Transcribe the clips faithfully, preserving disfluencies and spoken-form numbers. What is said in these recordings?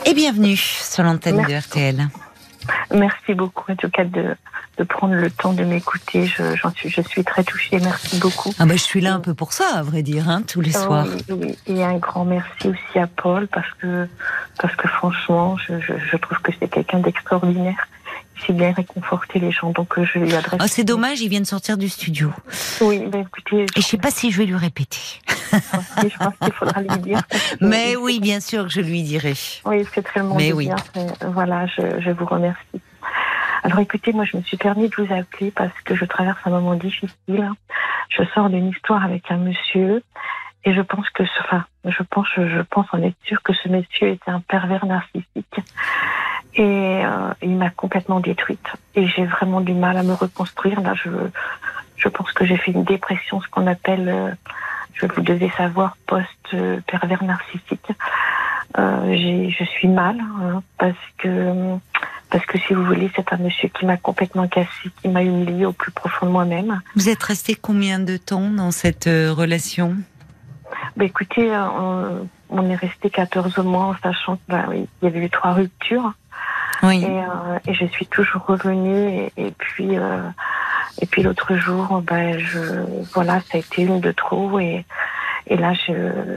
Et bienvenue sur l'antenne Merci. de R T L. Merci beaucoup, en tout cas, de, de prendre le temps de m'écouter. Je, j'en suis, je suis très touchée. Merci beaucoup. Ah bah, je suis là un peu pour ça, à vrai dire, hein, tous les soirs. Oui, oui. Et un grand merci aussi à Paul, parce que, parce que franchement, je, je, je trouve que c'est quelqu'un d'extraordinaire. Il sait bien réconforter les gens, donc je lui adresse... Oh, c'est dommage, il vient de sortir du studio. Oui, bah écoutez... Je... Et je sais pas si je vais lui répéter. Oui, je pense qu'il faudra lui dire. Que, Mais oui, bien sûr que je lui dirai. Oui, c'est tellement Mais de oui. bien. Voilà, je, je vous remercie. Alors écoutez, moi je me suis permis de vous appeler parce que je traverse un moment difficile. Je sors d'une histoire avec un monsieur et je pense que, enfin, je pense, je pense en être sûre que ce monsieur était un pervers narcissique et euh, il m'a complètement détruite et j'ai vraiment du mal à me reconstruire. Là, je, je pense que j'ai fait une dépression, ce qu'on appelle, euh, je vous devez savoir, post-pervers narcissique. Euh, j'ai, je suis mal hein, parce que parce que si vous voulez, c'est un monsieur qui m'a complètement cassé, qui m'a humiliée au plus profond de moi-même. Vous êtes resté combien de temps dans cette euh, relation ? Bah, écoutez, on, on est resté quatorze mois en sachant qu'il bah, oui, y avait eu trois ruptures. Oui. Et, euh, et je suis toujours revenue. Et, et puis euh, et puis l'autre jour, bah, je voilà, ça a été une de trop. Et, et là, je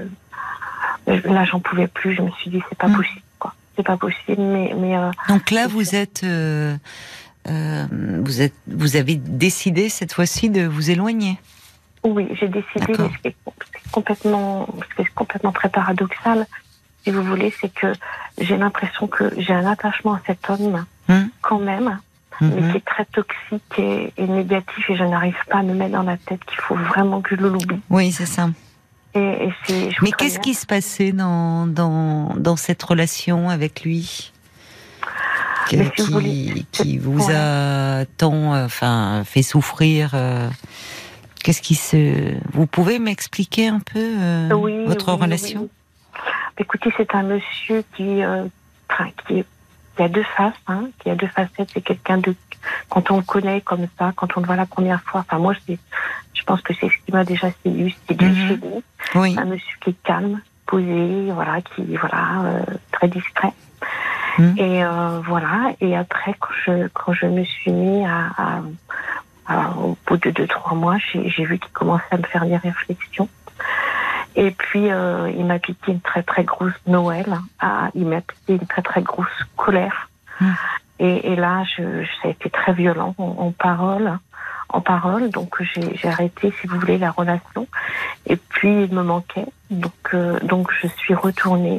là, j'en pouvais plus. Je me suis dit, c'est pas Mmh. possible, quoi. C'est pas possible. Mais mais euh, donc là, vous êtes, euh, euh, vous êtes, vous avez décidé cette fois-ci de vous éloigner. Oui, j'ai décidé, mais ce qui est complètement, ce qui est complètement très paradoxal, si vous voulez, c'est que j'ai l'impression que j'ai un attachement à cet homme, mmh. quand même, mmh. mais qui est très toxique et, et négatif, et je n'arrive pas à me mettre dans la tête qu'il faut vraiment que je l'oublie. Oui, c'est ça. Et, et c'est, mais qu'est-ce qui se passait dans, dans, dans cette relation avec lui que, si qui, vous, voulez, qui vous ouais. a tant enfin, fait souffrir euh, Qu'est-ce qui se... Vous pouvez m'expliquer un peu euh, oui, votre oui, relation ? Oui. Écoutez, c'est un monsieur qui, euh, qui, qui a deux faces, hein, qui a deux facettes. C'est quelqu'un de... Quand on le connaît comme ça, quand on le voit la première fois, enfin moi, c'est, je pense que c'est ce qui m'a déjà séduit, c'est du mm-hmm. chez lui. Oui. Un monsieur qui est calme, posé, voilà, qui, voilà, euh, très discret. Mm. Et euh, voilà. Et après, quand je, quand je me suis mis à... à Alors, au bout de deux, trois mois, j'ai, j'ai vu qu'il commençait à me faire des réflexions. Et puis, euh, il m'a piqué une très, très grosse Noël. Ah, il m'a piqué une très, très grosse colère. Mmh. Et, et là, je, ça a été très violent en, en parole. En parole. Donc, j'ai, j'ai arrêté, si vous voulez, la relation. Et puis, il me manquait. Donc, euh, donc je suis retournée.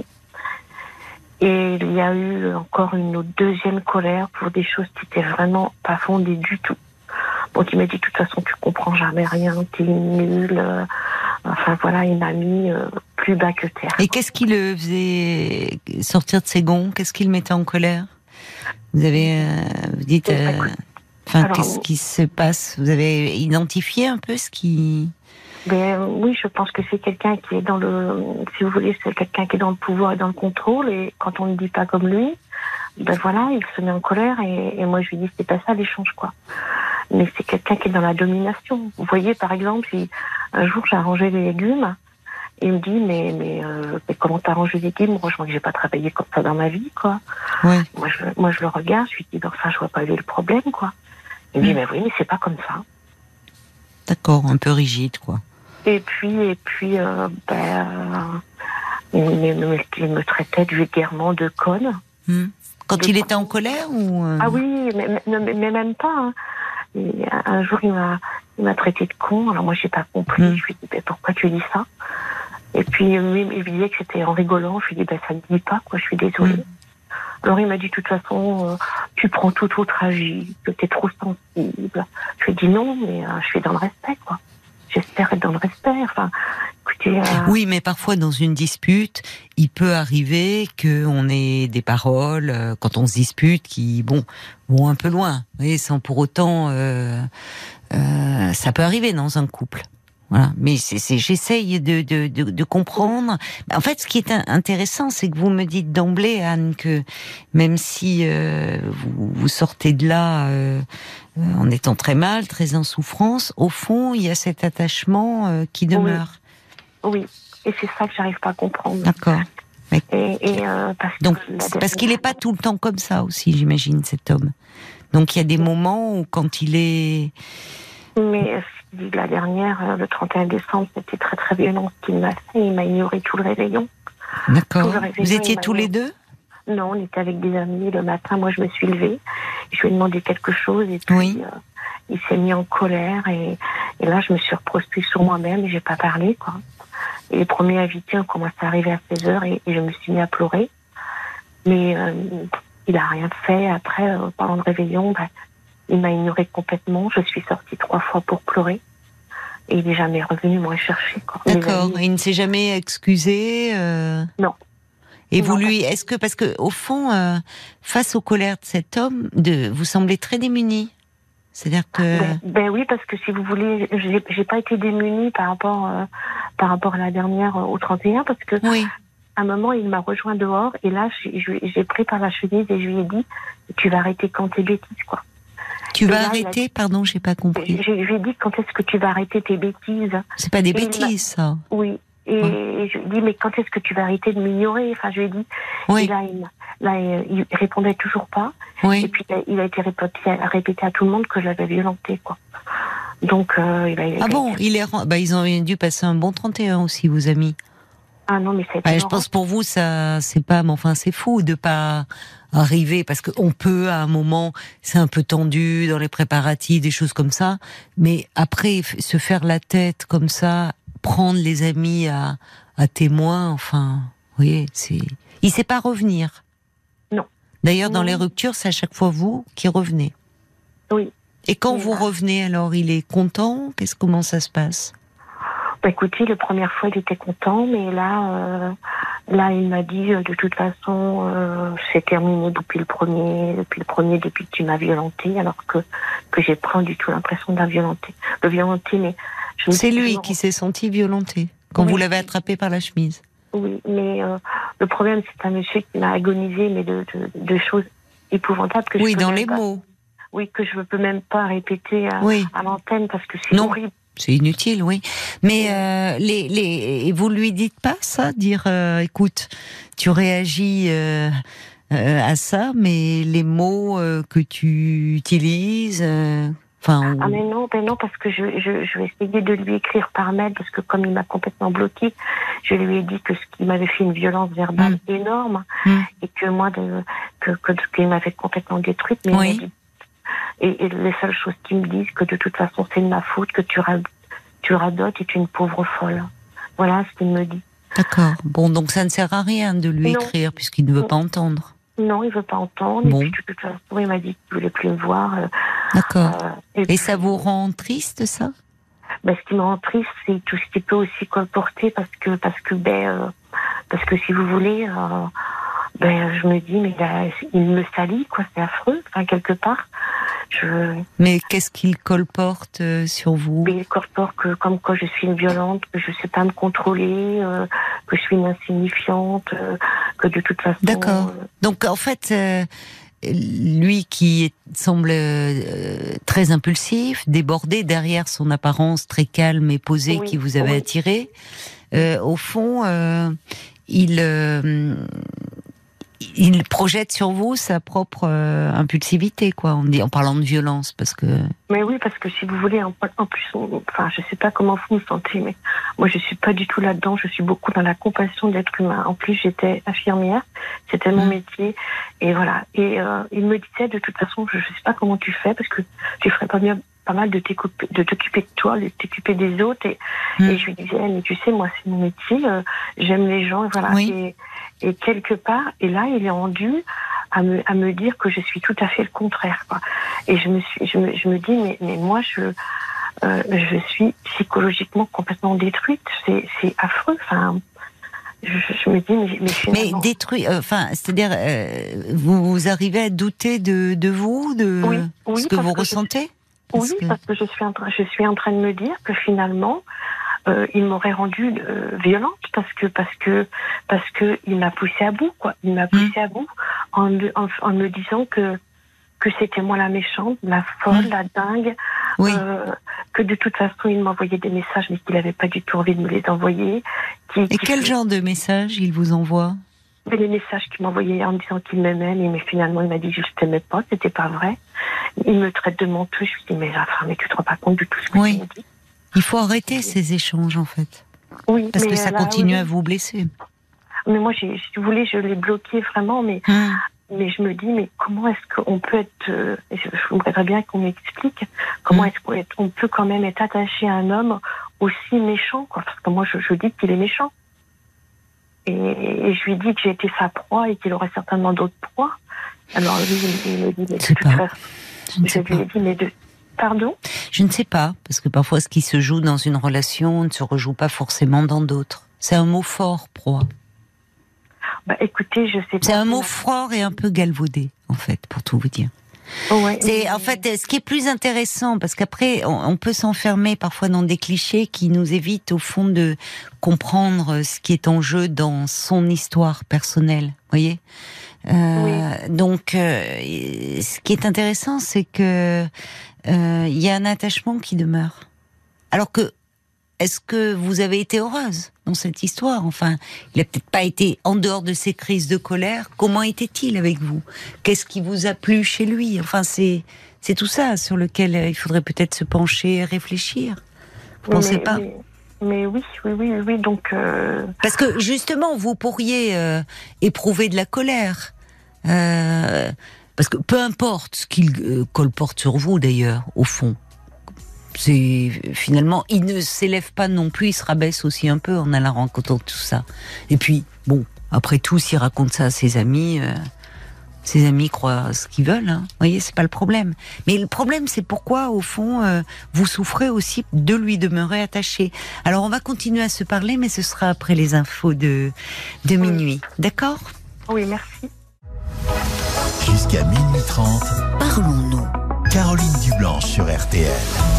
Et il y a eu encore une deuxième colère pour des choses qui étaient vraiment pas fondées du tout. Donc il m'a dit, de toute façon, tu comprends jamais rien, t'es nulle. Euh, enfin voilà, il m'a mis euh, plus bas que terre. Et qu'est-ce qui le faisait sortir de ses gonds ? Qu'est-ce qui le mettait en colère ? Vous avez, euh, vous dites, euh, enfin, Alors, qu'est-ce qui se passe ? Vous avez identifié un peu ce qui... Ben, oui, je pense que c'est quelqu'un qui est dans le, si vous voulez, c'est quelqu'un qui est dans le pouvoir et dans le contrôle. Et quand on ne dit pas comme lui, ben voilà, il se met en colère. Et, et moi, je lui dis, c'est pas ça l'échange, quoi. Mais c'est quelqu'un qui est dans la domination. Vous voyez, par exemple, si un jour j'ai arrangé les légumes, il me dit, mais, mais, euh, mais comment t'as arrangé les légumes ? Moi, je crois que j'ai pas travaillé comme ça dans ma vie, quoi. Ouais. Moi, je, moi, je le regarde, je lui dis, enfin, je vois pas où est le problème, quoi. Il me mmh. dit, mais oui, mais c'est pas comme ça. D'accord, un peu rigide, quoi. Et puis, et puis, euh, ben, il me, il me traitait vulgairement de conne. Mmh. Quand de il était en colère ou euh... Ah oui, mais, mais, mais même pas, hein. Et un jour, il m'a, il m'a traité de con. Alors moi, j'ai pas compris. Mmh. Je lui ai dit, ben, pourquoi tu dis ça ? Et puis, lui, il me disait que c'était en rigolant. Je lui ai dit, ben, ça ne dit pas, quoi. Je suis désolée. Mmh. Alors, il m'a dit, de toute façon, euh, tu prends tout au tragique, t'es trop sensible. Je lui ai dit, non, mais euh, je suis dans le respect, quoi. J'espère être dans le respect. Enfin, écoutez. Euh... Oui, mais parfois dans une dispute, il peut arriver qu'on ait des paroles euh, quand on se dispute qui, bon, vont un peu loin. Vous voyez, sans pour autant, euh, euh, ça peut arriver dans un couple. Voilà. Mais c'est, c'est, j'essaye de, de, de, de comprendre. En fait, ce qui est intéressant, c'est que vous me dites d'emblée, Anne, que même si euh, vous, vous sortez de là euh, en étant très mal, très en souffrance, au fond, il y a cet attachement euh, qui demeure. Oui. oui, et c'est ça que j'arrive pas à comprendre. D'accord. Mais... Et, et euh, parce Donc, que dernière... parce qu'il n'est pas tout le temps comme ça aussi, j'imagine, cet homme. Donc il y a des moments où quand il est... Mais la dernière, le trente et un décembre, c'était très très violent ce qu'il m'a fait. Il m'a ignoré tout le réveillon. D'accord. Le réveillon, vous étiez tous les deux? Non, on était avec des amis le matin. Moi, je me suis levée. Je lui ai demandé quelque chose et puis oui. euh, il s'est mis en colère. Et, et là, je me suis reprostrée sur moi-même et j'ai pas parlé, quoi. Et les premiers invités ont commencé à arriver à seize heures et, et je me suis mis à pleurer. Mais euh, il a rien fait. Après, euh, pendant le réveillon, bah, il m'a ignoré complètement. Je suis sortie trois fois pour pleurer. Et il n'est jamais revenu me rechercher. Quoi. D'accord. Amis... Il ne s'est jamais excusé euh... Non. Et non, vous lui, est-ce que, parce que au fond, euh, face aux colères de cet homme, de, vous semblez très démunis. C'est-à-dire que. Ben, ben oui, parce que si vous voulez, j'ai, j'ai pas été démunie par rapport, euh, par rapport à la dernière euh, au trente et un, parce que. Oui. À un moment, il m'a rejoint dehors et là, j'ai, j'ai pris par la chemise et je lui ai dit, tu vas arrêter quand tes bêtises, quoi. Tu et vas là, arrêter, a... pardon, j'ai pas compris. Je, je lui ai dit, quand est-ce que tu vas arrêter tes bêtises? C'est pas des et bêtises, ça. Oui. Et, oui. et je lui ai dit, mais quand est-ce que tu vas arrêter de m'ignorer? Enfin, je lui ai dit. Oui. Et là, il, là, il répondait toujours pas. Oui. Et puis, il a été répété, répété à tout le monde que je l'avais violenté, quoi. Donc, euh, il a, il a ah bon, été... il est, bah, ils ont dû passer un bon trente et un aussi, vos amis. Ah non, mais ça a été bah, je pense pour vous, ça, c'est pas, mais enfin, c'est fou de pas arriver, parce qu'on peut, à un moment, c'est un peu tendu dans les préparatifs, des choses comme ça, mais après, se faire la tête comme ça, prendre les amis à, à témoin, enfin, vous voyez, c'est, il sait pas revenir. Non. D'ailleurs, dans non. les ruptures, c'est à chaque fois vous qui revenez. Oui. Et quand mais vous là... revenez, alors, il est content? Qu'est-ce, comment ça se passe? Bah, écoutez, la première fois, il était content, mais là, euh, là, il m'a dit, euh, de toute façon, euh, c'est terminé depuis le premier, depuis le premier, depuis que tu m'as violenté, alors que, que j'ai pas du tout l'impression de la violenter. De violenter, mais... Je c'est lui je qui s'est senti violenté, quand oui. vous l'avez attrapé par la chemise. Oui, mais euh, le problème, c'est un monsieur qui m'a agonisé, mais de, de, de choses épouvantables que oui, je peux dans même les pas, mots. Oui, que je ne peux même pas répéter à, oui. à l'antenne, parce que c'est non. horrible. C'est inutile, oui. Mais euh, les, les, et vous lui dites pas ça, dire, euh, écoute, tu réagis euh, euh, à ça, mais les mots euh, que tu utilises, enfin. Euh, ah mais non, ben non, parce que je, je, je vais essayer de lui écrire par mail, parce que comme il m'a complètement bloqué, je lui ai dit que ce qu'il m'avait fait une violence verbale mmh. énorme, mmh. et que moi, de, que, que ce qu'il m'avait complètement détruite, mais oui. il m'a dit, Et, et les seules choses qui me disent que de toute façon c'est de ma faute, que tu, rad, tu radotes et tu es une pauvre folle. Voilà ce qu'il me dit. D'accord. Bon, donc ça ne sert à rien de lui non. écrire puisqu'il ne veut non. pas entendre. Non, il veut pas entendre. Bon. Et puis de toute façon, il m'a dit qu'il voulait plus me voir. D'accord. Euh, et, et puis, ça vous rend triste, ça? Ben, ce qui me rend triste, c'est tout ce qui peut aussi colporter, parce que parce que ben euh, parce que si vous voulez. Euh, Ben, je me dis, mais là, il me salit, quoi, c'est affreux, enfin, quelque part. Je... Mais qu'est-ce qu'il colporte euh, sur vous? Mais il colporte que, comme quoi je suis une violente, que je sais pas me contrôler, euh, que je suis une insignifiante, euh, que de toute façon... D'accord. Euh... Donc, en fait, euh, lui qui est, semble euh, très impulsif, débordé derrière son apparence très calme et posée oui, qui vous avait oui. attiré, euh, au fond, euh, il... Euh, il projette sur vous sa propre euh, impulsivité, quoi, en, en parlant de violence, parce que... Mais oui, parce que si vous voulez, en, en plus, on, enfin, je sais pas comment vous vous sentez, mais moi, je suis pas du tout là-dedans, je suis beaucoup dans la compassion d'être humain. En plus, j'étais infirmière, c'était mon mmh. métier, et voilà. Et euh, il me disait, de toute façon, je, je sais pas comment tu fais, parce que tu ferais pas mieux, pas mal de, de t'occuper de toi, de t'occuper des autres, et, mmh. et je lui disais, mais tu sais, moi, c'est mon métier, euh, j'aime les gens, et voilà. Oui. Et, Et quelque part, et là, il est rendu à me, à me dire que je suis tout à fait le contraire, quoi. Et je me suis, je me, je me dis, mais, mais moi, je, euh, je suis psychologiquement complètement détruite. C'est, c'est affreux. Enfin, je, je me dis, mais, mais finalement. Mais détruit, enfin, euh, c'est-à-dire, euh, vous, vous arrivez à douter de, de vous, de oui, oui, ce que vous que ressentez? Je, parce oui, que... parce que je suis en train, je suis en train de me dire que finalement, Euh, il m'aurait rendue euh, violente parce que parce que parce que il m'a poussée à bout, quoi. Il m'a poussée mmh. à bout en, en en me disant que que c'était moi la méchante, la folle, mmh. la dingue, oui. euh, que de toute façon il m'envoyait des messages mais qu'il n'avait pas du tout envie de me les envoyer. Qui, Et qui quel fait... genre de messages il vous envoie? Mais les messages qu'il m'envoyait en me disant qu'il m'aimait, mais finalement il m'a dit que je ne t'aimais pas, c'était pas vrai. Il me traite de menteuse, je lui dis mais enfin, mais tu te rends pas compte du tout ce que oui. tu me dis. Il faut arrêter ces échanges en fait. Oui, parce mais que ça là, continue oui. à vous blesser. Mais moi, j'ai, si vous voulez, je l'ai bloqué vraiment, mais, Hum. mais je me dis, mais comment est-ce qu'on peut être, euh, je voudrais bien qu'on m'explique, comment Hum. est-ce qu'on est, on peut quand même être attaché à un homme aussi méchant, quoi, parce que moi, je, je dis qu'il est méchant. Et, et je lui dis que j'ai été sa proie et qu'il aurait certainement d'autres proies. Alors lui, il me dit, mais de toute façon, Je ne je sais lui ai pas. dit, mais de, pardon? Je ne sais pas, parce que parfois ce qui se joue dans une relation ne se rejoue pas forcément dans d'autres. C'est un mot fort, proie. Bah écoutez, je sais pas. C'est un mot si fort et un peu galvaudé, en fait, pour tout vous dire. ma- Ouais, C'est mais- en fait ce qui est plus intéressant, parce qu'après on, on peut s'enfermer parfois dans des clichés qui nous évitent au fond de comprendre ce qui est en jeu dans son histoire personnelle. Voyez. Euh, Oui. Donc, euh, ce qui est intéressant, c'est que euh, il y a un attachement qui demeure. Alors que, est-ce que vous avez été heureuse dans cette histoire? Enfin, il a peut-être pas été en dehors de ces crises de colère. Comment était-il avec vous? Qu'est-ce qui vous a plu chez lui? Enfin, c'est c'est tout ça sur lequel il faudrait peut-être se pencher, réfléchir. Vous pensez mais, pas? mais, mais oui, oui, oui, oui, donc. Euh... Parce que justement, vous pourriez euh, éprouver de la colère. Euh, parce que peu importe ce qu'il euh, colporte sur vous, d'ailleurs, au fond. C'est finalement, il ne s'élève pas non plus, il se rabaisse aussi un peu en allant raconter tout ça. Et puis, bon, après tout, s'il raconte ça à ses amis, euh, ses amis croient ce qu'ils veulent. Hein. Vous voyez, c'est pas le problème. Mais le problème, c'est pourquoi, au fond, euh, vous souffrez aussi de lui demeurer attaché. Alors, on va continuer à se parler, mais ce sera après les infos de, de minuit. D'accord ? Oui, merci. Jusqu'à minuit trente, Parlons-nous. Caroline Dublanche sur R T L.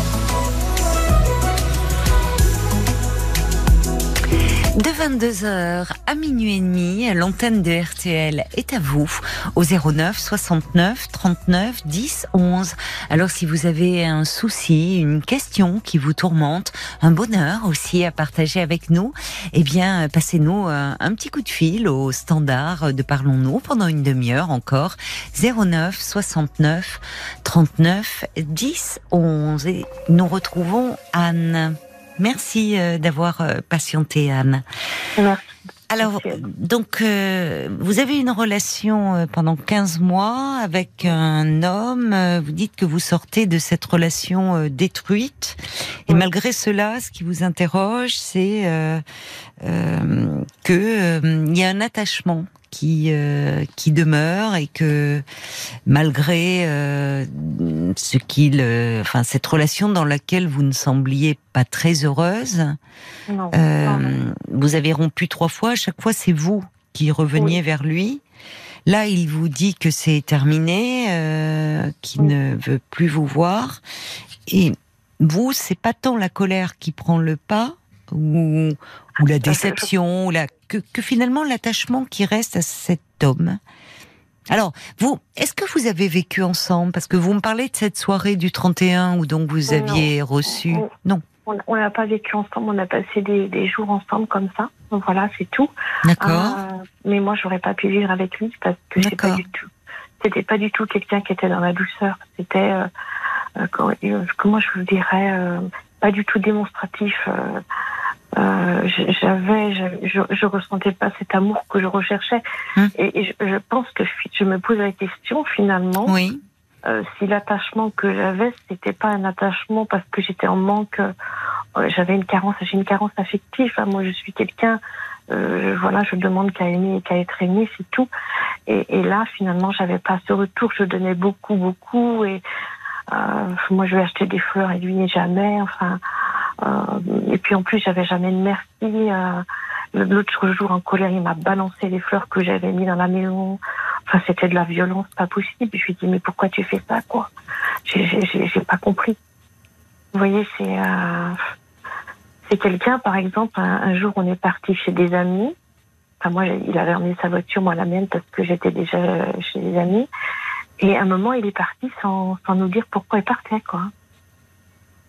De vingt-deux heures à minuit et demi, l'antenne de R T L est à vous au zéro neuf soixante-neuf trente-neuf dix onze. Alors si vous avez un souci, une question qui vous tourmente, un bonheur aussi à partager avec nous, eh bien passez-nous un, un petit coup de fil au standard de Parlons-nous pendant une demi-heure encore. zéro neuf soixante-neuf trente-neuf dix onze. Et nous retrouvons Anne. Merci euh, d'avoir euh, patienté, Anne. Merci. Alors, Merci. donc, euh, vous avez une relation euh, pendant quinze mois avec un homme. Euh, vous dites que vous sortez de cette relation euh, détruite. Et Oui. malgré cela, ce qui vous interroge, c'est euh, euh, que euh, il y a un attachement qui euh, qui demeure et que malgré euh, ce qu'il, euh, enfin cette relation dans laquelle vous ne sembliez pas très heureuse, Non. euh, non, non. vous avez rompu trois fois. À chaque fois, c'est vous qui reveniez Oui. vers lui. Là, il vous dit que c'est terminé, euh, qu'il Oui. ne veut plus vous voir. Et vous, c'est pas tant la colère qui prend le pas, ou, ou la déception, ou la, que, que finalement l'attachement qui reste à cet homme. Alors, vous, est-ce que vous avez vécu ensemble? Parce que vous me parlez de cette soirée du trente et un où donc vous Non. aviez reçu... On- Non, On n'a pas vécu ensemble, on a passé des, des jours ensemble comme ça. Donc voilà, c'est tout. d'accord. Euh, mais moi, j'aurais pas pu vivre avec lui parce que c'est pas D'accord. du tout. C'était pas du tout quelqu'un qui était dans la douceur. C'était, euh, euh, comment, euh, comment je vous dirais, euh, pas du tout démonstratif. Euh, euh, j'avais, j'avais je, je ressentais pas cet amour que je recherchais. Hum. Et, et je, je pense que je me pose la question finalement. Oui, Euh, si l'attachement que j'avais, c'était pas un attachement parce que j'étais en manque, euh, j'avais une carence, j'ai une carence affective. Hein, moi, je suis quelqu'un, euh, voilà, je demande qu'à aimer et qu'à être aimé, c'est tout. Et, et là, finalement, j'avais pas ce retour. Je donnais beaucoup, beaucoup, et euh, moi, je lui achetais des fleurs et lui jamais. Enfin, euh, et puis en plus, j'avais jamais de merci. Euh, L'autre jour, en colère, il m'a balancé les fleurs que j'avais mis dans la maison. Enfin, c'était de la violence, pas possible. Je lui ai dit, mais pourquoi tu fais ça, quoi? J'ai, j'ai, j'ai pas compris. Vous voyez, c'est, euh, c'est quelqu'un, par exemple, un, un jour, on est parti chez des amis. Enfin, moi, il avait emmené sa voiture, moi la mienne, parce que j'étais déjà chez des amis. Et à un moment, il est parti sans, sans nous dire pourquoi il partait, quoi.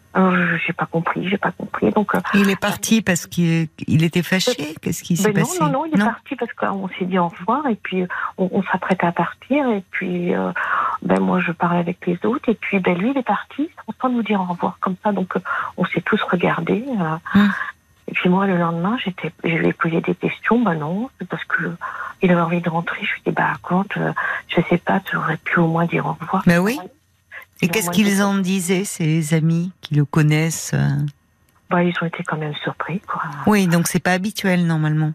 Euh, j'ai pas compris, j'ai pas compris. Donc, euh, il est parti parce qu'il il était fâché. Qu'est-ce qui s'est ben non, passé? non, non, il est parti parce qu'on s'est dit au revoir et puis on, on s'apprêtait à partir et puis euh, ben moi je parlais avec les autres et puis ben lui il est parti sans nous dire au revoir comme ça. Donc euh, on s'est tous regardés. Euh, hum. Et puis moi le lendemain j'étais, je lui ai posé des questions. Ben non, c'est parce que il avait envie de rentrer. Je lui ai dit bah écoute, euh, je sais pas, tu aurais pu au moins dire au revoir. Ben oui. Et qu'est-ce qu'ils en disaient, ces amis qui le connaissent? Bah, ils ont été quand même surpris, quoi. Oui, donc c'est pas habituel, normalement.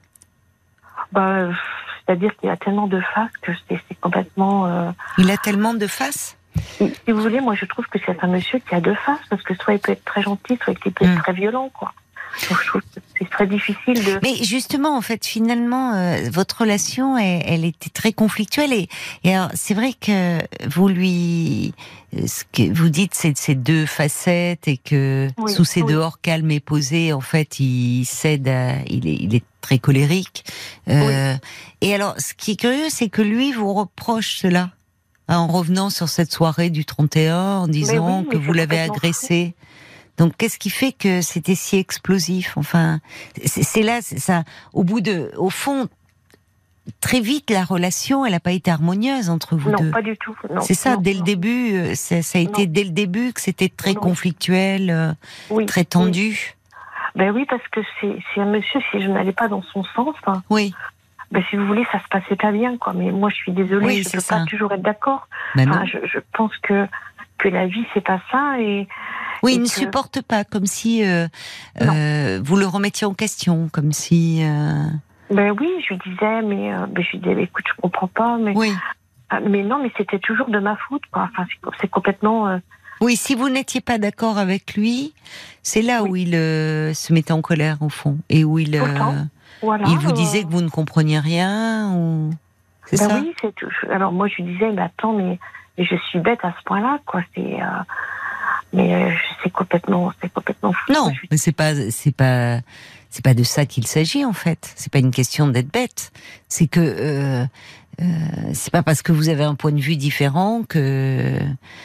Bah, c'est-à-dire qu'il a tellement de faces que c'est, c'est complètement... Euh... Il a tellement de faces? Si, si vous voulez, moi je trouve que c'est un monsieur qui a deux faces, parce que soit il peut être très gentil, soit il peut être mmh. très violent, quoi. Donc je trouve que c'est très difficile de... Mais justement, en fait, finalement, euh, votre relation, elle, elle était très conflictuelle. Et, et alors, c'est vrai que vous lui... Ce que vous dites, c'est ces deux facettes et que oui, sous ces oui. dehors calmes et posés, en fait, il cède à... Il est, il est très colérique. Euh, oui. Et alors, ce qui est curieux, c'est que lui vous reproche cela, hein, en revenant sur cette soirée du trente et un, en disant oui, que vous l'avez agressé. Fou. Donc, qu'est-ce qui fait que c'était si explosif? Enfin, c'est, c'est là, c'est ça. Au bout de, au fond, très vite, la relation, elle n'a pas été harmonieuse entre vous non, deux. Non, pas du tout. Non, c'est ça, non, dès non. le début, ça, ça a été non. dès le début que c'était très non. conflictuel, oui, très tendu. Oui. Ben oui, parce que c'est, c'est un monsieur, si je n'allais pas dans son sens, hein, oui. ben si vous voulez, ça se passait pas bien, quoi. Mais moi, je suis désolée, oui, je ne peux ça. pas toujours être d'accord. Ben enfin, je, je pense que, que la vie, c'est pas ça, et... Oui, et il ne que... supporte pas, comme si euh, euh, vous le remettiez en question, comme si... Euh... Ben oui, je lui disais, mais euh, ben je lui disais, écoute, je comprends pas, mais... Oui. Ah, mais non, mais c'était toujours de ma faute, quoi. Enfin, c'est, c'est complètement... Euh... Oui, si vous n'étiez pas d'accord avec lui, c'est là oui. où il euh, se mettait en colère, au fond, et où il... Euh, voilà, il vous euh... disait que vous ne compreniez rien, ou... C'est ben ça? Oui, c'est tout. Alors moi, je lui disais, mais attends, mais, mais je suis bête à ce point-là, quoi. C'est... Euh... Mais euh, c'est complètement, c'est complètement fou. Non, mais c'est pas, c'est pas, c'est pas de ça qu'il s'agit en fait. C'est pas une question d'être bête. C'est que euh, euh, c'est pas parce que vous avez un point de vue différent que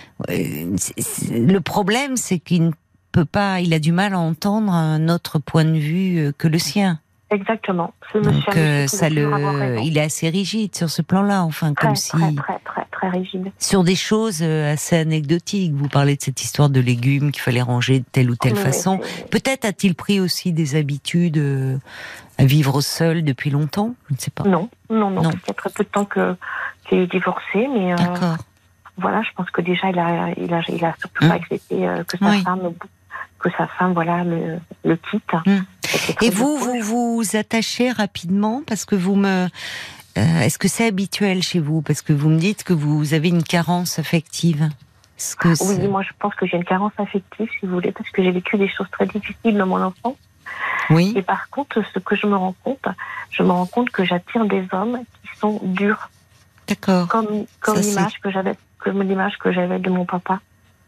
euh, c'est, c'est, le problème, c'est qu'il ne peut pas, il a du mal à entendre un autre point de vue que le sien. Exactement. Ce Donc monsieur, euh, ça le, il est assez rigide sur ce plan-là, enfin très, comme si très très très très rigide. Sur des choses assez anecdotiques. Vous parlez de cette histoire de légumes qu'il fallait ranger de telle ou telle oui, façon. c'est... Peut-être a-t-il pris aussi des habitudes euh, à vivre seul depuis longtemps. Je ne sais pas. Non, non, non. non. Il y a très peu de temps que qu'il est divorcé, mais euh, d'accord. Voilà, je pense que déjà il a, il a, il a surtout hum. pas accepté euh, que sa oui. femme. que sa femme, voilà, le, le quitte. Mmh. Et vous, vous vous attachez rapidement parce que vous me... Euh, est-ce que c'est habituel chez vous? Parce que vous me dites que vous avez une carence affective. Est-ce que c'est... Oui, moi je pense que j'ai une carence affective, si vous voulez, parce que j'ai vécu des choses très difficiles dans mon enfance. Oui. Et par contre, ce que je me rends compte, je me rends compte que j'attire des hommes qui sont durs. D'accord. Comme, comme Ça, l'image c'est... que j'avais, comme l'image que j'avais de mon papa.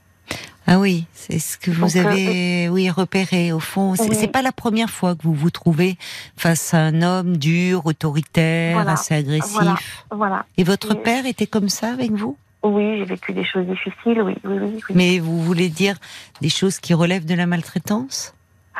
Ah oui, c'est ce que vous Donc, avez, euh, oui, repéré au fond. C'est, oui. c'est pas la première fois que vous vous trouvez face à un homme dur, autoritaire, voilà. assez agressif. Voilà. Voilà. Et votre Et... père était comme ça avec vous? Oui, j'ai vécu des choses difficiles, oui, oui, oui, oui. Mais vous voulez dire des choses qui relèvent de la maltraitance?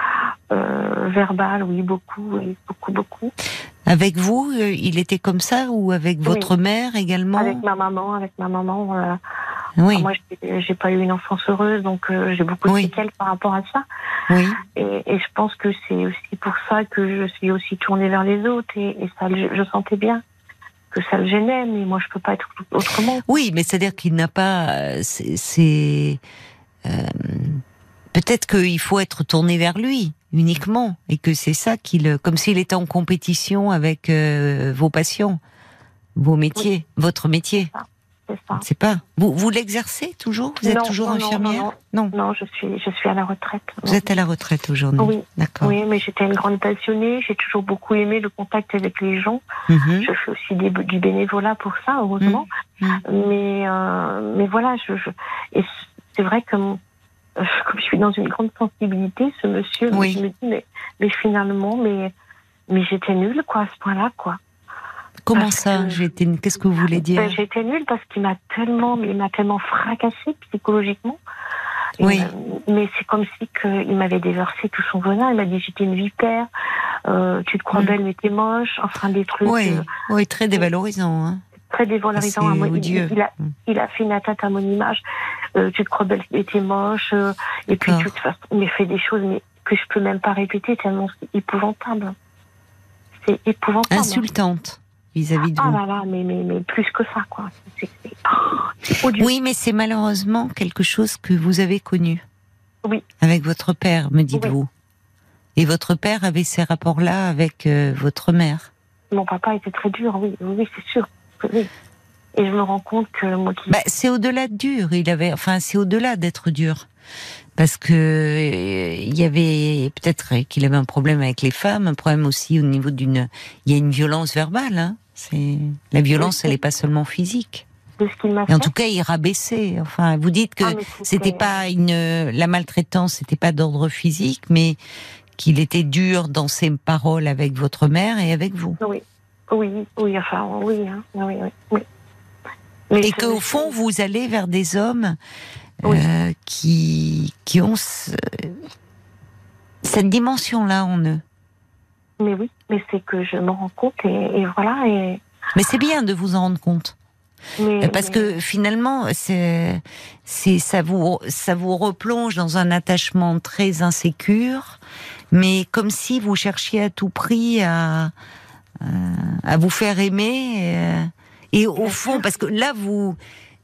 euh, Verbal, oui, beaucoup, oui, beaucoup, beaucoup. Avec vous, euh, il était comme ça, ou avec votre oui. mère également? Avec ma maman, avec ma maman. Euh... Oui. Moi, j'ai, j'ai pas eu une enfance heureuse, donc euh, j'ai beaucoup de oui. séquelles par rapport à ça. Oui. Et, et je pense que c'est aussi pour ça que je suis aussi tournée vers les autres, et, et ça, je sentais bien que ça le gênait, mais moi, je peux pas être autrement. Oui, mais c'est-à-dire qu'il n'a pas... C'est... c'est euh, peut-être qu'il faut être tourné vers lui, uniquement, et que c'est ça qu'il... Comme s'il était en compétition avec euh, vos patients, vos métiers, oui. votre métier. C'est ça. C'est ça. Je ne sais pas. Vous, vous l'exercez toujours? Vous êtes non, toujours non, infirmière? non, non, non. Non, je suis, je suis à la retraite. Vous êtes à la retraite aujourd'hui? Oui. D'accord. Oui, mais j'étais une grande passionnée. J'ai toujours beaucoup aimé le contact avec les gens. Mm-hmm. Je fais aussi des, du bénévolat pour ça, heureusement. Mm-hmm. Mais, euh, mais voilà, je, je, et c'est vrai que comme je suis dans une grande sensibilité, ce monsieur, oui. je me dis, mais, mais finalement, mais, mais j'étais nulle, quoi, à ce point-là, quoi. Comment parce ça? que, j'étais... Qu'est-ce que vous voulez dire? ben, j'étais nulle parce qu'il m'a tellement, il m'a tellement fracassée psychologiquement. Oui. Il mais c'est comme si que il m'avait déversé tout son venin. Il m'a dit j'étais une vipère. Euh, tu te crois mmh. belle mais t'es moche. Enfin des trucs. Oui, euh, oui, très dévalorisant. Hein. Très dévalorisant. À moi, il, il, a, mmh. il a fait une atteinte à mon image. Euh, tu te crois belle mais t'es moche. Euh, et puis de toute façon, il m'a fait des choses mais que je peux même pas répéter tellement c'est épouvantable. C'est épouvantable. Insultante. Vis-à-vis de ah vous. là là, mais, mais, mais plus que ça, quoi. C'est, c'est, oh, c'est odieux. Oui, mais c'est malheureusement quelque chose que vous avez connu. Oui. Avec votre père, me dites-vous. Oui. Et votre père avait ces rapports-là avec euh, votre mère. Mon papa était très dur, oui, oui, c'est sûr. Oui. Et je me rends compte que moi qui... Bah, c'est au-delà de dur. Il avait, enfin, c'est au-delà d'être dur. Parce que euh, il y avait peut-être qu'il avait un problème avec les femmes, un problème aussi au niveau d'une. Il y a une violence verbale. Hein. C'est la violence, oui. Elle n'est pas seulement physique. De ce qu'il m'a Et en fait. tout cas, il rabaissait. Enfin, vous dites que ah, c'était pas une la maltraitance, c'était pas d'ordre physique, mais qu'il était dur dans ses paroles avec votre mère et avec vous. Oui, oui, oui. Enfin, oui, hein. oui, oui, oui. Mais et qu'au fond, vous allez vers des hommes. Oui. Euh, qui, qui ont ce, cette dimension-là en eux. Mais oui, mais c'est que je me rends compte et, et voilà. Et... Mais c'est bien de vous en rendre compte. Mais, Parce mais... que finalement, c'est, c'est, ça, vous, ça vous replonge dans un attachement très insécure, mais comme si vous cherchiez à tout prix à, à, à vous faire aimer. Et, et au fond, parce que là, vous...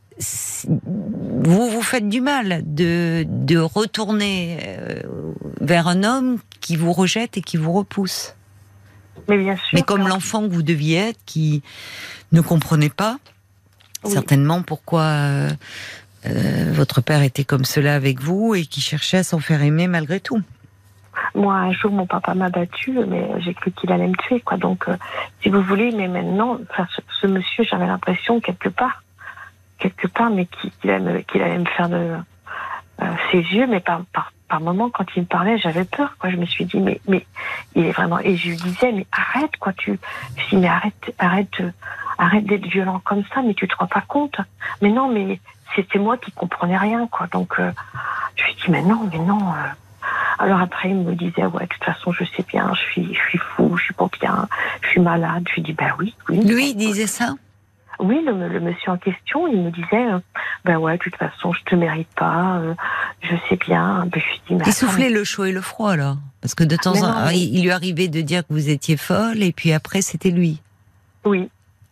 vous vous faites du mal de, de retourner euh, vers un homme qui vous rejette et qui vous repousse. Mais bien sûr. Mais comme quand... l'enfant que vous deviez être, qui ne comprenait pas oui. certainement pourquoi euh, euh, votre père était comme cela avec vous et qui cherchait à s'en faire aimer malgré tout. Moi, un jour, mon papa m'a battue, mais j'ai cru qu'il allait me tuer, quoi. Donc, euh, si vous voulez, mais maintenant, enfin, ce, ce monsieur, j'avais l'impression quelque part. quelque part, mais qu'il allait, qu'il allait me faire de euh, ses yeux, mais par, par, par moments, quand il me parlait, j'avais peur, quoi. Je me suis dit, mais, mais, il est vraiment, et je lui disais, mais arrête, quoi, tu, je dis, mais arrête, arrête, arrête d'être violent comme ça, mais tu te rends pas compte. Mais non, mais c'était moi qui comprenais rien, quoi. Donc, euh, je lui dis, mais non, mais non, euh... Alors après, il me disait, ouais, de toute façon, je sais bien, je suis, je suis fou, je suis pas bien, je suis malade. Je lui dis, ben oui, oui. Lui, il disait ça? Oui, le, le monsieur en question, il me disait, euh, ben ouais, de toute façon, je te mérite pas, euh, je sais bien. Ben, je dis, mais il soufflait le chaud et le froid, là. Parce que de temps en temps, mais... il lui arrivait de dire que vous étiez folle, et puis après, c'était lui. Oui.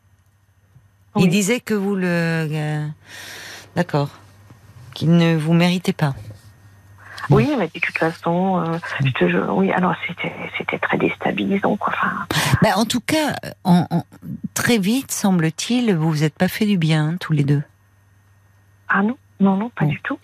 Il oui. disait que vous le... Euh, d'accord. Qu'il ne vous méritait pas. Oui, mais de toute façon, euh, je te jure, oui, alors c'était, c'était très déstabilisant, quoi. Enfin... Ben, en tout cas, en, en, très vite, semble-t-il, vous vous êtes pas fait du bien, hein, tous les deux. Ah non, non, non, pas bon. du tout.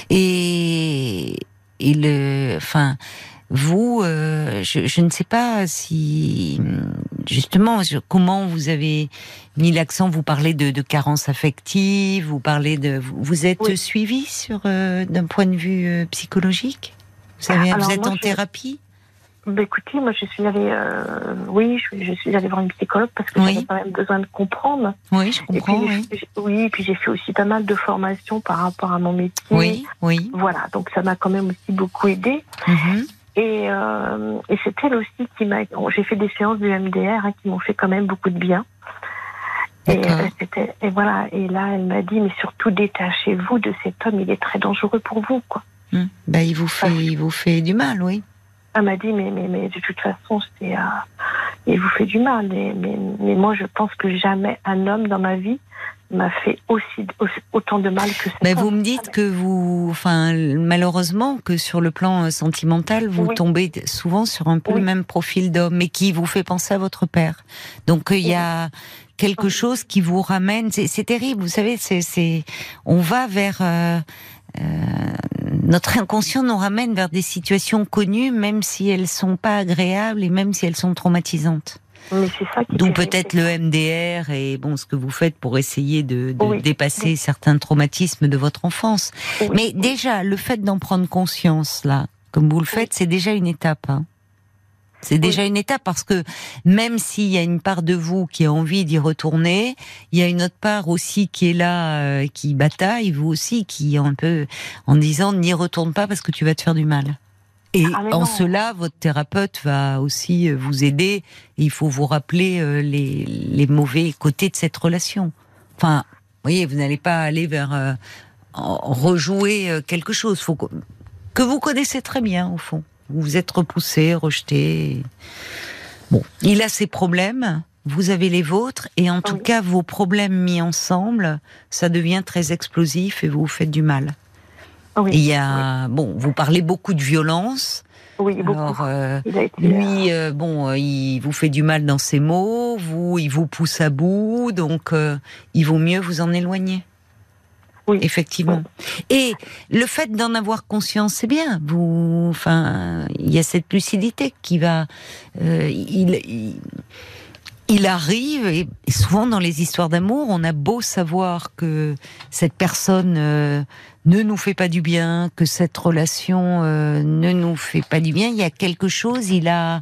Et, et le, enfin, vous, euh, je, je ne sais pas si, justement, comment vous avez mis l'accent. Vous parlez de, de carence affective, vous parlez de, vous êtes oui. suivi sur euh, d'un point de vue euh, psychologique. Vous savez, Alors, vous êtes moi, en je... thérapie. Bah, écoutez, moi je suis allée, euh, oui, je, je suis allée voir une psychologue parce que oui. j'avais quand même besoin de comprendre. Oui, je comprends. Et puis, oui. oui, et puis j'ai fait aussi pas mal de formations par rapport à mon métier. Oui, oui. Voilà, donc ça m'a quand même aussi beaucoup aidée. Mm-hmm. Et, euh, et c'est elle aussi qui m'a. J'ai fait des séances du M D R hein, qui m'ont fait quand même beaucoup de bien. Et, euh, c'était, et voilà. Et là, elle m'a dit, mais surtout détachez-vous de cet homme. Il est très dangereux pour vous, quoi. Mmh. Bah, il vous fait, Parce... il vous fait du mal, oui. Elle m'a dit, mais mais mais de toute façon, c'est, euh, il vous fait du mal. Et, mais mais moi, je pense que jamais un homme dans ma vie m'a fait aussi, aussi autant de mal que ça. Mais vous me dites que vous, enfin, malheureusement, que sur le plan sentimental, vous oui. tombez souvent sur un peu oui. le même profil d'homme, mais qui vous fait penser à votre père. Donc il y a quelque oui. chose qui vous ramène. C'est, c'est terrible, vous savez. C'est, c'est, on va vers euh, euh, notre inconscient nous ramène vers des situations connues, même si elles sont pas agréables et même si elles sont traumatisantes. Mais c'est ça qui D'où peut-être le M D R et bon ce que vous faites pour essayer de, de oui, dépasser oui. certains traumatismes de votre enfance. Oui, Mais oui. déjà, le fait d'en prendre conscience, là, comme vous le faites, oui. c'est déjà une étape. Hein. C'est déjà Oui. une étape, parce que même s'il y a une part de vous qui a envie d'y retourner, il y a une autre part aussi qui est là, euh, qui bataille, vous aussi, qui est un peu en disant n'y retourne pas parce que tu vas te faire du mal. Et Ah, mais en non. cela, votre thérapeute va aussi vous aider. Et il faut vous rappeler euh, les, les mauvais côtés de cette relation. Enfin, vous voyez, vous n'allez pas aller vers euh, en- rejouer euh, quelque chose. Faut que, que vous connaissez très bien, au fond. Vous vous êtes repoussé, rejeté. Bon, il a ses problèmes, vous avez les vôtres, et en tout Oui. cas, vos problèmes mis ensemble, ça devient très explosif et vous vous faites du mal. Oui. Et il y a, bon, vous parlez beaucoup de violence. Oui, beaucoup. Alors, euh, Il a été, lui, euh, bon, euh, il vous fait du mal dans ses mots, vous, il vous pousse à bout, donc euh, il vaut mieux vous en éloigner. Oui. Effectivement. Et le fait d'en avoir conscience, c'est bien. Vous, enfin, il y a cette lucidité qui va. Euh, il, il, il arrive, et souvent dans les histoires d'amour, on a beau savoir que cette personne euh, ne nous fait pas du bien, que cette relation euh, ne nous fait pas du bien. Il y a quelque chose. Il a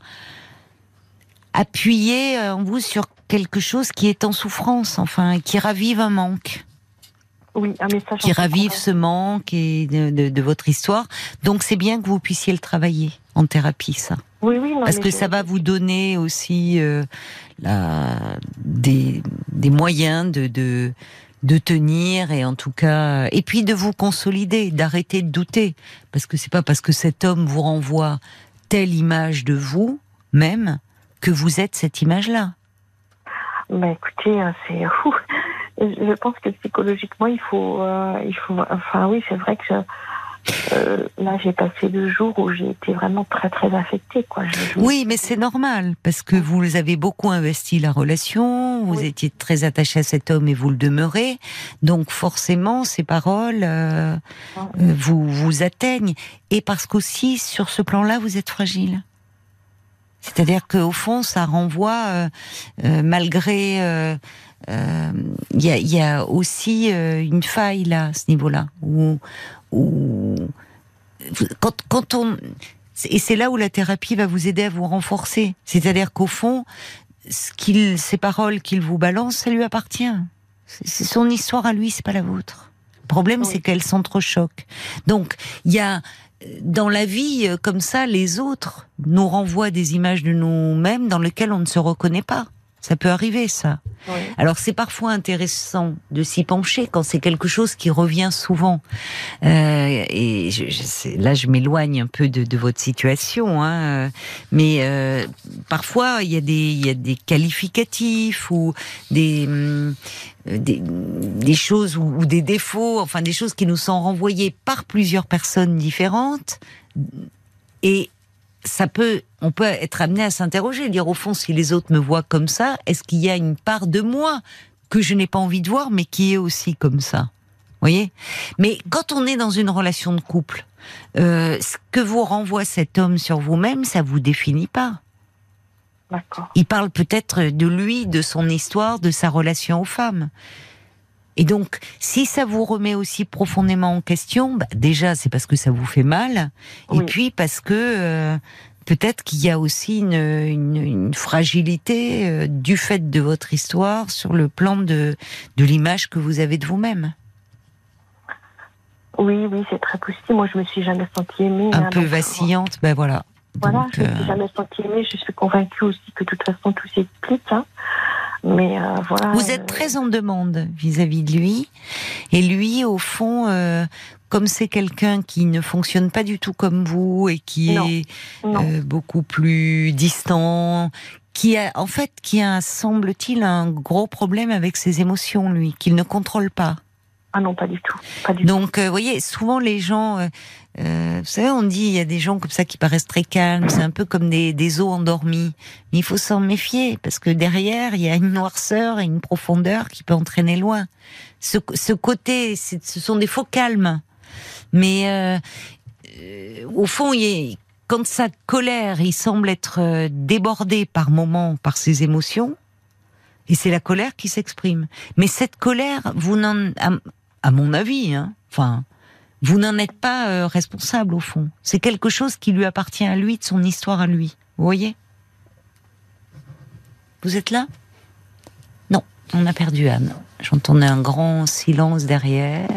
appuyé en vous sur quelque chose qui est en souffrance, enfin, qui ravive un manque. Oui, un message. Qui ravive ce manque et de, de, de votre histoire. Donc c'est bien que vous puissiez le travailler en thérapie, ça. Oui, oui, non, Parce mais que je- ça va vous donner aussi euh, la, des, des moyens de, de, de tenir, et en tout cas, et puis de vous consolider, d'arrêter de douter. Parce que c'est pas parce que cet homme vous renvoie telle image de vous, même, que vous êtes cette image-là. Bah écoutez, euh, c'est. Ouh, je pense que psychologiquement, il faut, euh, il faut. Enfin, oui, c'est vrai que je- euh, là, j'ai passé deux jours où j'ai été vraiment très, très affectée, quoi. Je, je- Oui, mais c'est normal, parce que vous avez beaucoup investi la relation, vous Oui. étiez très attaché à cet homme et vous le demeurez, donc forcément, ces paroles euh, euh, vous, vous atteignent. Et parce qu'aussi, sur ce plan-là, vous êtes fragile. C'est-à-dire qu'au fond, ça renvoie, euh, euh, malgré... euh, euh, Il y, a, il y a aussi euh, une faille là, à ce niveau-là, où, où quand, quand on... Et c'est là où la thérapie va vous aider à vous renforcer. C'est-à-dire qu'au fond, ce qu'il, ces paroles qu'il vous balance, ça lui appartient. C'est, c'est son histoire à lui, c'est pas la vôtre. Le problème, Oui. c'est qu'elles s'entrechoquent. Donc, il y a dans la vie, comme ça, les autres nous renvoient des images de nous-mêmes dans lesquelles on ne se reconnaît pas. Ça peut arriver, ça. Oui. Alors, c'est parfois intéressant de s'y pencher quand c'est quelque chose qui revient souvent. Euh, et je, je sais, là, je m'éloigne un peu de, de votre situation, hein, mais euh, parfois, il y a des, il y a des qualificatifs ou des, hum, des, des choses ou, ou des défauts, enfin des choses qui nous sont renvoyées par plusieurs personnes différentes, et ça peut, on peut être amené à s'interroger, dire au fond, si les autres me voient comme ça, est-ce qu'il y a une part de moi que je n'ai pas envie de voir, mais qui est aussi comme ça? Vous voyez? Mais quand on est dans une relation de couple, euh, ce que vous renvoie cet homme sur vous-même, ça vous définit pas. D'accord. Il parle peut-être de lui, de son histoire, de sa relation aux femmes. Et donc, si ça vous remet aussi profondément en question, bah déjà, c'est parce que ça vous fait mal, Oui. et puis parce que euh, peut-être qu'il y a aussi une, une, une fragilité euh, du fait de votre histoire sur le plan de, de l'image que vous avez de vous-même. Oui, oui, c'est très possible. Moi, je me suis jamais sentie aimée. Un hein, peu donc, vacillante, ben voilà. Voilà, Donc, je me euh, suis jamais sentie aimée. Je suis convaincue aussi que de toute façon, tout s'explique. Hein. Mais euh, voilà. vous êtes très en demande vis-à-vis de lui, et lui, au fond, euh, comme c'est quelqu'un qui ne fonctionne pas du tout comme vous et qui Non. est Non. euh, beaucoup plus distant, qui a, en fait, qui a, semble-t-il, un gros problème avec ses émotions, lui, qu'il ne contrôle pas. Ah non, pas du tout. Pas du Donc, euh, vous voyez, souvent les gens, euh, euh, vous savez, on dit, il y a des gens comme ça qui paraissent très calmes, c'est un peu comme des, des os endormis. Mais il faut s'en méfier, parce que derrière, il y a une noirceur et une profondeur qui peut entraîner loin. Ce, ce côté, c'est, ce sont des faux calmes. Mais euh, euh, au fond, il est, quand sa colère, il semble être euh, débordé par moments par ses émotions, et c'est la colère qui s'exprime. Mais cette colère, vous n'en, à, à mon avis, hein, enfin, vous n'en êtes pas euh, responsable au fond. C'est quelque chose qui lui appartient à lui, de son histoire à lui. Vous voyez ? Vous êtes là? Non, on a perdu Anne. J'entendais un grand silence derrière.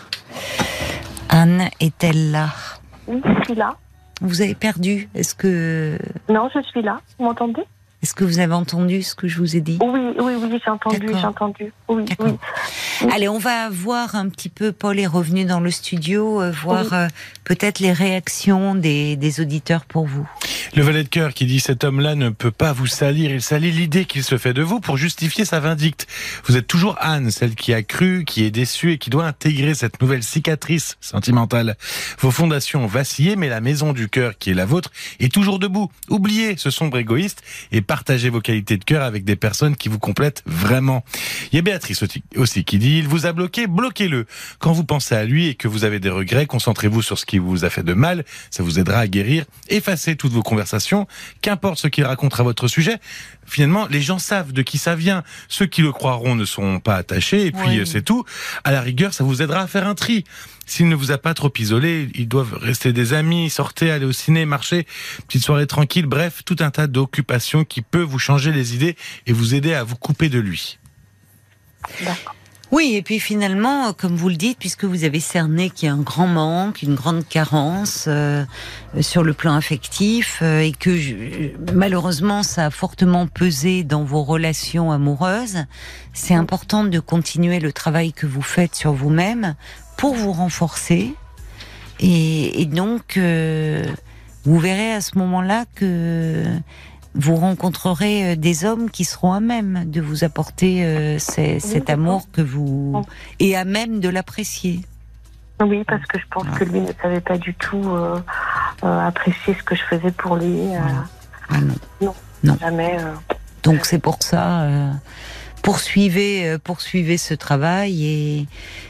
Anne est-elle là? Oui, je suis là. Vous avez perdu. Est-ce que... Non, je suis là. Vous m'entendez? Est-ce que vous avez entendu ce que je vous ai dit? Oui, oui, oui, j'ai entendu, D'accord. j'ai entendu. Oui, D'accord. oui. Allez, on va voir un petit peu, Paul est revenu dans le studio, euh, voir Oui. euh, peut-être les réactions des, des auditeurs pour vous. Le valet de cœur qui dit « Cet homme-là ne peut pas vous salir, il salit l'idée qu'il se fait de vous pour justifier sa vindicte. Vous êtes toujours Anne, celle qui a cru, qui est déçue et qui doit intégrer cette nouvelle cicatrice sentimentale. Vos fondations ont vacillé, mais la maison du cœur qui est la vôtre est toujours debout. Oubliez ce sombre égoïste et partagez vos qualités de cœur avec des personnes qui vous complètent vraiment. » Il y a Béatrice aussi qui dit « Il vous a bloqué, bloquez-le. Quand vous pensez à lui et que vous avez des regrets, concentrez-vous sur ce qui vous a fait de mal, ça vous aidera à guérir. Effacez toutes vos conversations, qu'importe ce qu'il raconte à votre sujet. Finalement, les gens savent de qui ça vient. Ceux qui le croiront ne seront pas attachés, et puis Oui. c'est tout. À la rigueur, ça vous aidera à faire un tri. S'il ne vous a pas trop isolé, ils doivent rester des amis, sortez, aller au ciné, marcher, petite soirée tranquille, bref, tout un tas d'occupations qui peut vous changer les idées et vous aider à vous couper de lui. D'accord. Oui, et puis finalement, comme vous le dites, puisque vous avez cerné qu'il y a un grand manque, une grande carence euh, sur le plan affectif, euh, et que je, malheureusement ça a fortement pesé dans vos relations amoureuses, c'est important de continuer le travail que vous faites sur vous-même pour vous renforcer. Et, et donc, euh, vous verrez à ce moment-là que vous rencontrerez des hommes qui seront à même de vous apporter euh, ces, cet amour que vous... et à même de l'apprécier. Oui, parce que je pense que lui ne savait pas du tout euh, euh, apprécier ce que je faisais pour lui. Euh, Ah non. non, Non. jamais. Euh, Donc c'est pour ça, euh, poursuivez, euh, poursuivez ce travail et,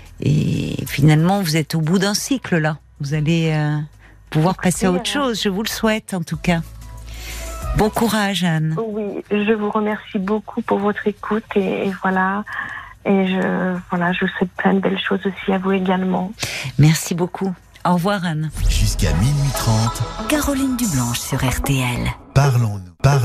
et finalement vous êtes au bout d'un cycle là. Vous allez euh, pouvoir passer à autre chose, je vous le souhaite en tout cas. Bon courage Anne. Oui, je vous remercie beaucoup pour votre écoute et, et voilà. Et je, voilà, je vous souhaite plein de belles choses aussi à vous également. Merci beaucoup. Au revoir Anne. Jusqu'à minuit trente, Caroline Dublanche sur R T L. parlons-nous. Parlons